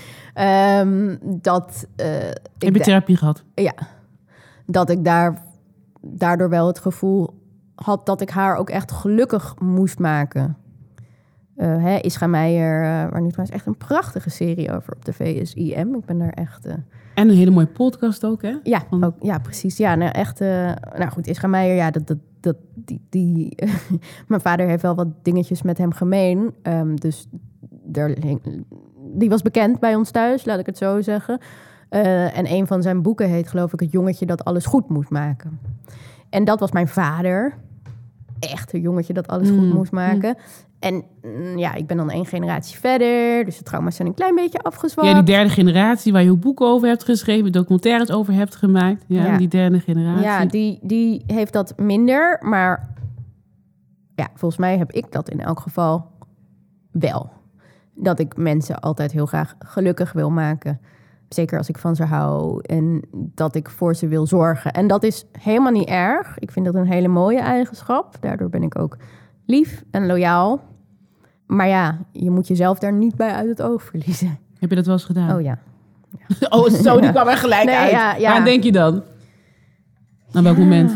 Heb je therapie gehad? Ja, dat ik daardoor wel het gevoel had dat ik haar ook echt gelukkig moest maken. Ischa Meijer, waar nu trouwens echt een prachtige serie over op de VSIM. Ik ben daar echt... En een hele mooie podcast ook, hè? Ja, ook, ja precies. Ja, nou echt... nou goed, Ischa Meijer, ja, die mijn vader heeft wel wat dingetjes met hem gemeen. Dus die was bekend bij ons thuis, laat ik het zo zeggen. En een van zijn boeken heet, geloof ik, Het jongetje dat alles goed moest maken. En dat was mijn vader. Echt een jongetje dat alles goed moest maken. En ja, ik ben dan 1 generatie verder. Dus de trauma's zijn een klein beetje afgezwakt. Ja, die 3e generatie waar je ook boeken over hebt geschreven, documentaires over hebt gemaakt. Ja. Die 3e generatie. Ja, die heeft dat minder. Maar ja, volgens mij heb ik dat in elk geval wel. Dat ik mensen altijd heel graag gelukkig wil maken. Zeker als ik van ze hou en dat ik voor ze wil zorgen. En dat is helemaal niet erg. Ik vind dat een hele mooie eigenschap. Daardoor ben ik ook lief en loyaal. Maar ja, je moet jezelf daar niet bij uit het oog verliezen. Heb je dat wel eens gedaan? Oh ja. Oh, zo, die kwam er gelijk uit. Ja. Waar denk je dan? Aan welk moment?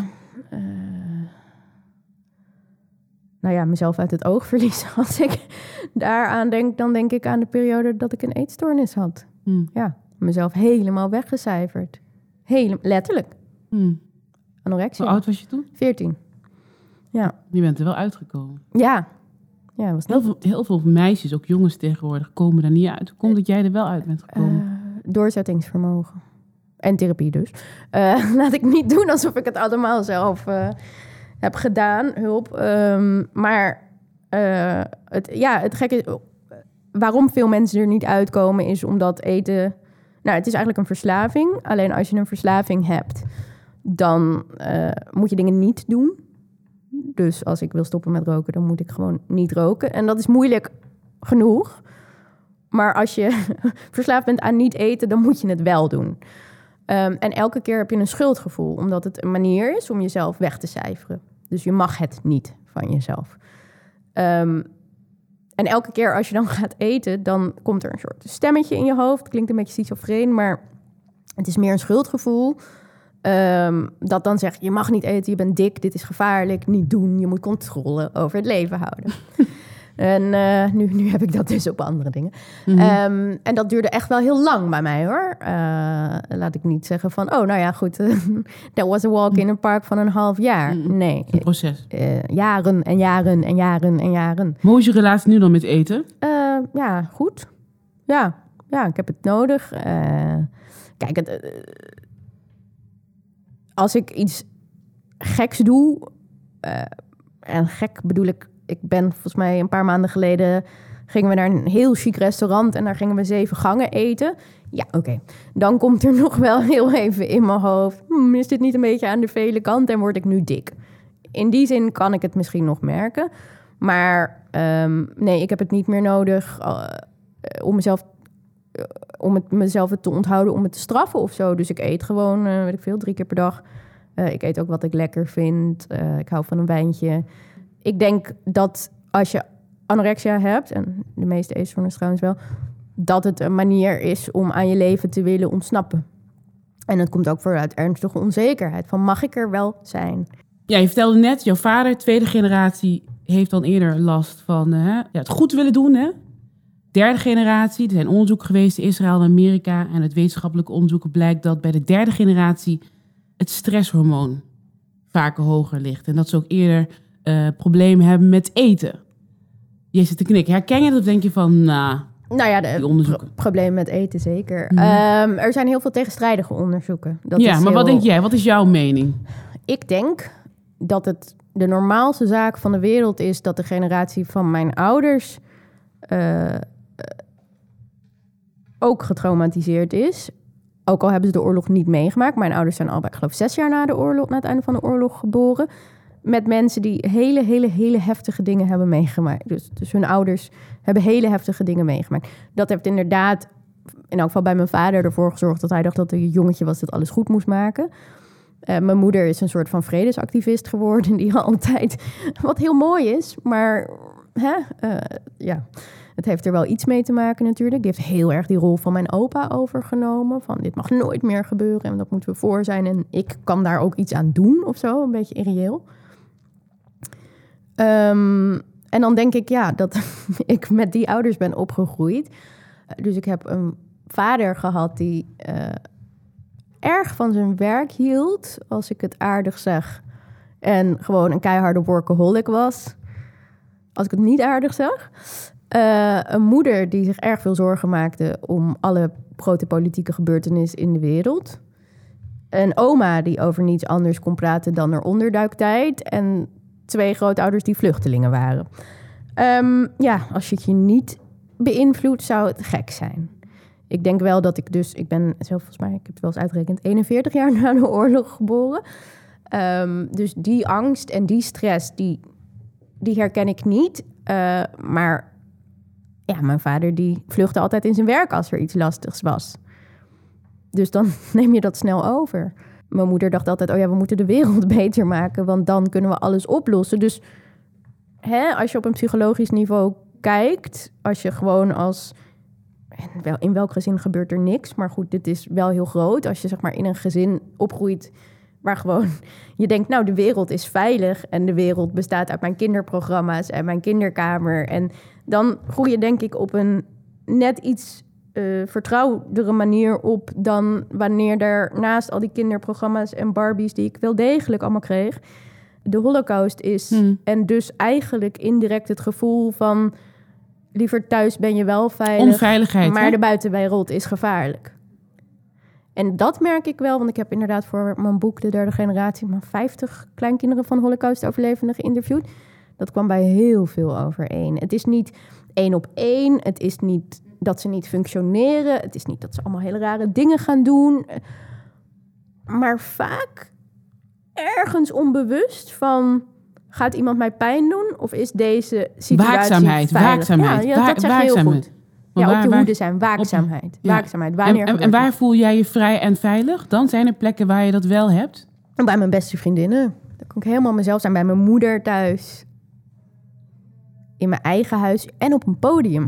Nou ja, mezelf uit het oog verliezen. Als ik daaraan denk, dan denk ik aan de periode dat ik een eetstoornis had. Ja, mezelf helemaal weggecijferd. Letterlijk. Anorexia. Hoe oud was je toen? 14. Ja. Je bent er wel uitgekomen. Ja. Was heel veel meisjes, ook jongens tegenwoordig, komen er niet uit. Hoe komt dat jij er wel uit bent gekomen? Doorzettingsvermogen. En therapie dus. Laat ik niet doen alsof ik het allemaal zelf heb gedaan. Hulp. Maar het gekke is... Waarom veel mensen er niet uitkomen is omdat eten... Nou, het is eigenlijk een verslaving. Alleen als je een verslaving hebt, dan moet je dingen niet doen. Dus als ik wil stoppen met roken, dan moet ik gewoon niet roken. En dat is moeilijk genoeg. Maar als je verslaafd bent aan niet eten, dan moet je het wel doen. En elke keer heb je een schuldgevoel, omdat het een manier is om jezelf weg te cijferen. Dus je mag het niet van jezelf. En elke keer als je dan gaat eten, dan komt er een soort stemmetje in je hoofd. Klinkt een beetje schizofreen, maar het is meer een schuldgevoel. Dat dan zegt, je mag niet eten, je bent dik, dit is gevaarlijk, niet doen. Je moet controle over het leven houden. En nu heb ik dat dus op andere dingen. En dat duurde echt wel heel lang bij mij, hoor. Laat ik niet zeggen van, oh, nou ja, goed. That was a walk in a park van een half jaar. Nee. Een proces. Jaren en jaren en jaren en jaren. Hoe is je relatie nu dan met eten? Ja, goed. Ja, ik heb het nodig. Kijk, als ik iets geks doe... en gek bedoel ik ben volgens mij een paar maanden geleden... gingen we naar een heel chic restaurant... en daar gingen we 7 gangen eten. Ja, oké. Dan komt er nog wel heel even in mijn hoofd... is dit niet een beetje aan de vele kant en word ik nu dik? In die zin kan ik het misschien nog merken. Maar nee, ik heb het niet meer nodig... om mezelf het te onthouden, om het te straffen of zo. Dus ik eet gewoon, 3 keer per dag. Ik eet ook wat ik lekker vind. Ik hou van een wijntje... Ik denk dat als je anorexia hebt, en de meeste eetstoornissen trouwens wel, dat het een manier is om aan je leven te willen ontsnappen. En het komt ook vooruit ernstige onzekerheid van, mag ik er wel zijn? Ja, je vertelde net, jouw vader, 2e generatie, heeft dan eerder last van het goed willen doen. Hè? 3e generatie, er zijn onderzoeken geweest in Israël en Amerika. En uit wetenschappelijke onderzoeken blijkt dat bij de 3e generatie het stresshormoon vaker hoger ligt. En dat ze ook eerder problemen hebben met eten. Je zit te knikken. Herken je dat of denk je van, nou ja, die onderzoeken? Problemen met eten zeker. Er zijn heel veel tegenstrijdige onderzoeken. Maar wat denk jij? Wat is jouw mening? Ik denk dat het de normaalste zaak van de wereld is dat de generatie van mijn ouders ook getraumatiseerd is. Ook al hebben ze de oorlog niet meegemaakt. Mijn ouders zijn allebei, ik geloof 6 jaar na het einde van de oorlog geboren. Met mensen die hele heftige dingen hebben meegemaakt. Dus hun ouders hebben hele heftige dingen meegemaakt. Dat heeft inderdaad, in elk geval bij mijn vader, ervoor gezorgd dat hij dacht dat hij een jongetje was dat alles goed moest maken. Mijn moeder is een soort van vredesactivist geworden, die altijd, wat heel mooi is, maar het heeft er wel iets mee te maken natuurlijk. Die heeft heel erg die rol van mijn opa overgenomen, van dit mag nooit meer gebeuren en dat moeten we voor zijn en ik kan daar ook iets aan doen of zo, een beetje irreëel. En dan denk ik, dat ik met die ouders ben opgegroeid. Dus ik heb een vader gehad die erg van zijn werk hield, als ik het aardig zeg. En gewoon een keiharde workaholic was, als ik het niet aardig zeg. Een moeder die zich erg veel zorgen maakte om alle grote politieke gebeurtenissen in de wereld. Een oma die over niets anders kon praten dan haar onderduiktijd. En 2 grootouders die vluchtelingen waren. Als je het je niet beïnvloedt, zou het gek zijn. Ik denk wel dat ik ben zelf volgens mij, ik heb het wel eens uitgerekend, 41 jaar na de oorlog geboren. Dus die angst en die stress, die herken ik niet. Maar mijn vader die vluchtte altijd in zijn werk als er iets lastigs was. Dus dan neem je dat snel over. Mijn moeder dacht altijd, we moeten de wereld beter maken, want dan kunnen we alles oplossen. Dus als je op een psychologisch niveau kijkt, als je gewoon in welk gezin gebeurt er niks, maar goed, dit is wel heel groot. Als je zeg maar in een gezin opgroeit waar gewoon je denkt, de wereld is veilig en de wereld bestaat uit mijn kinderprogramma's en mijn kinderkamer. En dan groei je denk ik op een net iets vertrouwdere manier op dan wanneer er naast al die kinderprogramma's en Barbies die ik wel degelijk allemaal kreeg, de Holocaust is. En dus eigenlijk indirect het gevoel van liever thuis ben je wel veilig, onveiligheid, maar de buitenwereld is gevaarlijk. En dat merk ik wel, want ik heb inderdaad voor mijn boek De Derde Generatie 50 kleinkinderen van Holocaust-overlevenden geïnterviewd. Dat kwam bij heel veel overeen. Het is niet 1 op 1, het is niet dat ze niet functioneren, het is niet dat ze allemaal hele rare dingen gaan doen. Maar vaak ergens onbewust van, gaat iemand mij pijn doen of is deze situatie veilig? Waakzaamheid. Ja, dat zeg je heel goed. Op de hoede zijn, waakzaamheid. Waakzaamheid. En waar voel jij je vrij en veilig? Dan zijn er plekken waar je dat wel hebt? Bij mijn beste vriendinnen. Dan kan ik helemaal mezelf zijn. Bij mijn moeder thuis. In mijn eigen huis. En op een podium.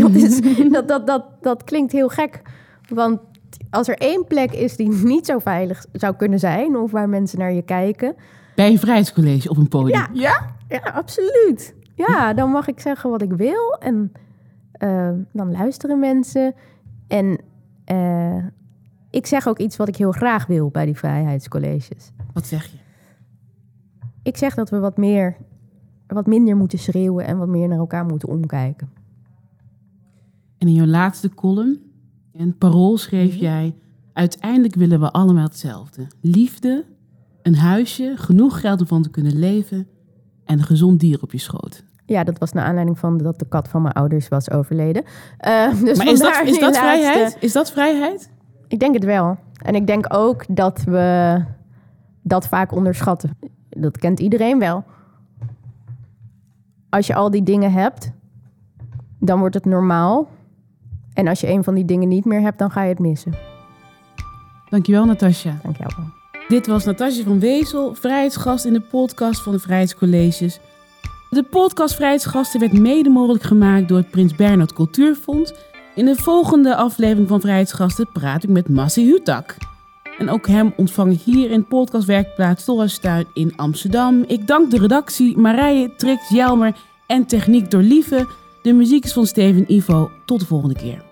Dat klinkt heel gek. Want als er 1 plek is die niet zo veilig zou kunnen zijn, of waar mensen naar je kijken. Bij een vrijheidscollege op een podium. Ja, absoluut. Ja, dan mag ik zeggen wat ik wil. En dan luisteren mensen. En ik zeg ook iets wat ik heel graag wil bij die vrijheidscolleges. Wat zeg je? Ik zeg dat we wat minder moeten schreeuwen en wat meer naar elkaar moeten omkijken. En in jouw laatste column, in Parool, schreef jij: uiteindelijk willen we allemaal hetzelfde. Liefde, een huisje, genoeg geld om van te kunnen leven en een gezond dier op je schoot. Ja, dat was naar aanleiding van dat de kat van mijn ouders was overleden. Dus maar is dat vrijheid? Is dat vrijheid? Ik denk het wel. En ik denk ook dat we dat vaak onderschatten. Dat kent iedereen wel. Als je al die dingen hebt, dan wordt het normaal. En als je een van die dingen niet meer hebt, dan ga je het missen. Dankjewel, Natasja. Dankjewel. Dit was Natasja van Wezel, vrijheidsgast in de podcast van de Vrijheidscolleges. De podcast Vrijheidsgasten werd mede mogelijk gemaakt door het Prins Bernhard Cultuurfonds. In de volgende aflevering van Vrijheidsgasten praat ik met Massi Hutak. En ook hem ontvang ik hier in podcastwerkplaats Tolhuistuin in Amsterdam. Ik dank de redactie, Marije, Trix, Jelmer en techniek door Lieve. De muziek is van Steven Ivo. Tot de volgende keer.